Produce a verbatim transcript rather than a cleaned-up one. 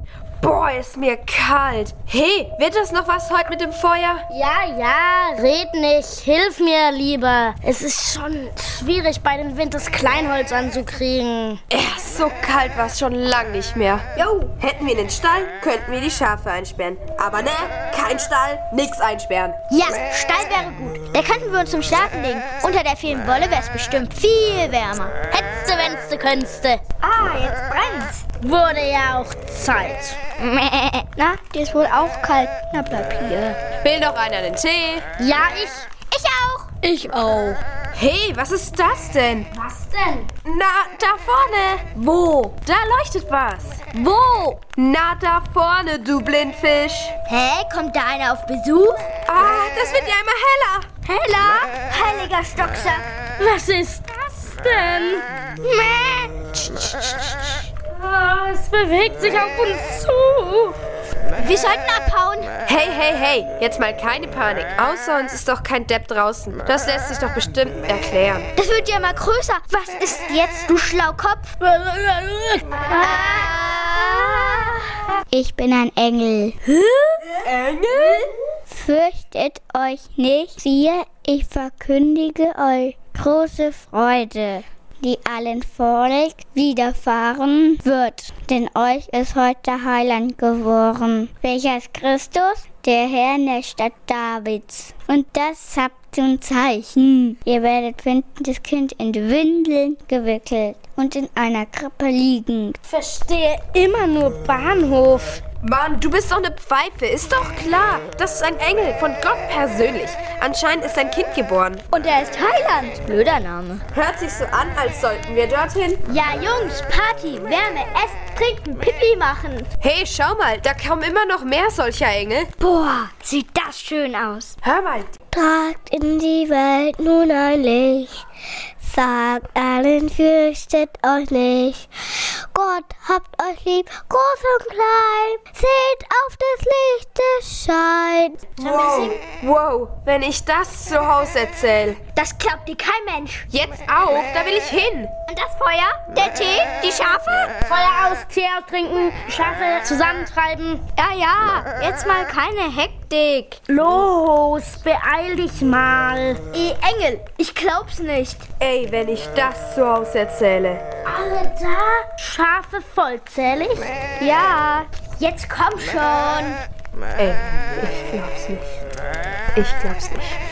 Boah, ist mir kalt. Hey, wird das noch was heute mit dem Feuer? Ja, ja, red nicht. Hilf mir lieber. Es ist schon schwierig, bei den Wind das Kleinholz anzukriegen. Ja, so kalt war es schon lang nicht mehr. Jo, hätten wir einen Stall, könnten wir die Schafe einsperren. Aber ne, kein Stall, nix einsperren. Ja, Stall wäre gut. Da könnten wir uns zum Schlafen legen. Unter der vielen Wolle wäre es bestimmt viel wärmer. Hetzte, wennste, könste. Ah, jetzt brennt's. Wurde ja auch Zeit. Na, dir ist wohl auch kalt. Na, bleib hier. Will noch einer den Tee? Ja, ich. Ich auch. Ich auch. Hey, was ist das denn? Was denn? Na, da vorne. Wo? Da leuchtet was. Wo? Na, da vorne, du Blindfisch. Hä, kommt da einer auf Besuch? Ah, das wird ja immer heller. Heller, heiliger Stocksack. Was ist das denn? Mäh. Oh, es bewegt sich auf uns zu. Wir sollten abhauen. Hey, hey, hey, jetzt mal keine Panik. Außer uns ist doch kein Depp draußen. Das lässt sich doch bestimmt erklären. Das wird ja mal größer. Was ist jetzt, du Schlaukopf? Ah. Ich bin ein Engel. Hä? Engel? Fürchtet euch nicht, siehe, ich verkündige euch große Freude, die allen Volk widerfahren wird. Denn euch ist heute der Heiland geboren, welcher ist Christus, der Herr in der Stadt Davids. Und das habt zum Zeichen. Ihr werdet finden, das Kind in die Windeln gewickelt und in einer Krippe liegend. Verstehe immer nur Bahnhof. Mann, du bist doch eine Pfeife, ist doch klar. Das ist ein Engel von Gott persönlich. Anscheinend ist ein Kind geboren. Und er ist Heiland. Blöder Name. Hört sich so an, als sollten wir dorthin. Ja, Jungs, Party, Wärme, Essen, Trinken, Pipi machen. Hey, schau mal, da kommen immer noch mehr solcher Engel. Boah, sieht das schön aus. Hör mal. Tragt in die Welt nun ein Licht. Sagt allen, fürchtet euch nicht. Gott habt euch lieb, groß und klein. Seht auf des Lichtes Schein. Wow, wow, wenn ich das zu Hause erzähle. Das glaubt dir kein Mensch. Jetzt auf, da will ich hin. Und das Feuer? Der Tee? Die Schafe? Feuer aus, Tee austrinken, Schafe zusammentreiben. Ja, ja, jetzt mal keine Hektik. Los, beeil dich mal. Ey, Engel, ich glaub's nicht. Ey, wenn ich das zu Hause erzähle. Alle da? Schafe vollzählig? Ja, jetzt komm schon. Ey, ich glaub's nicht. Ich glaub's nicht.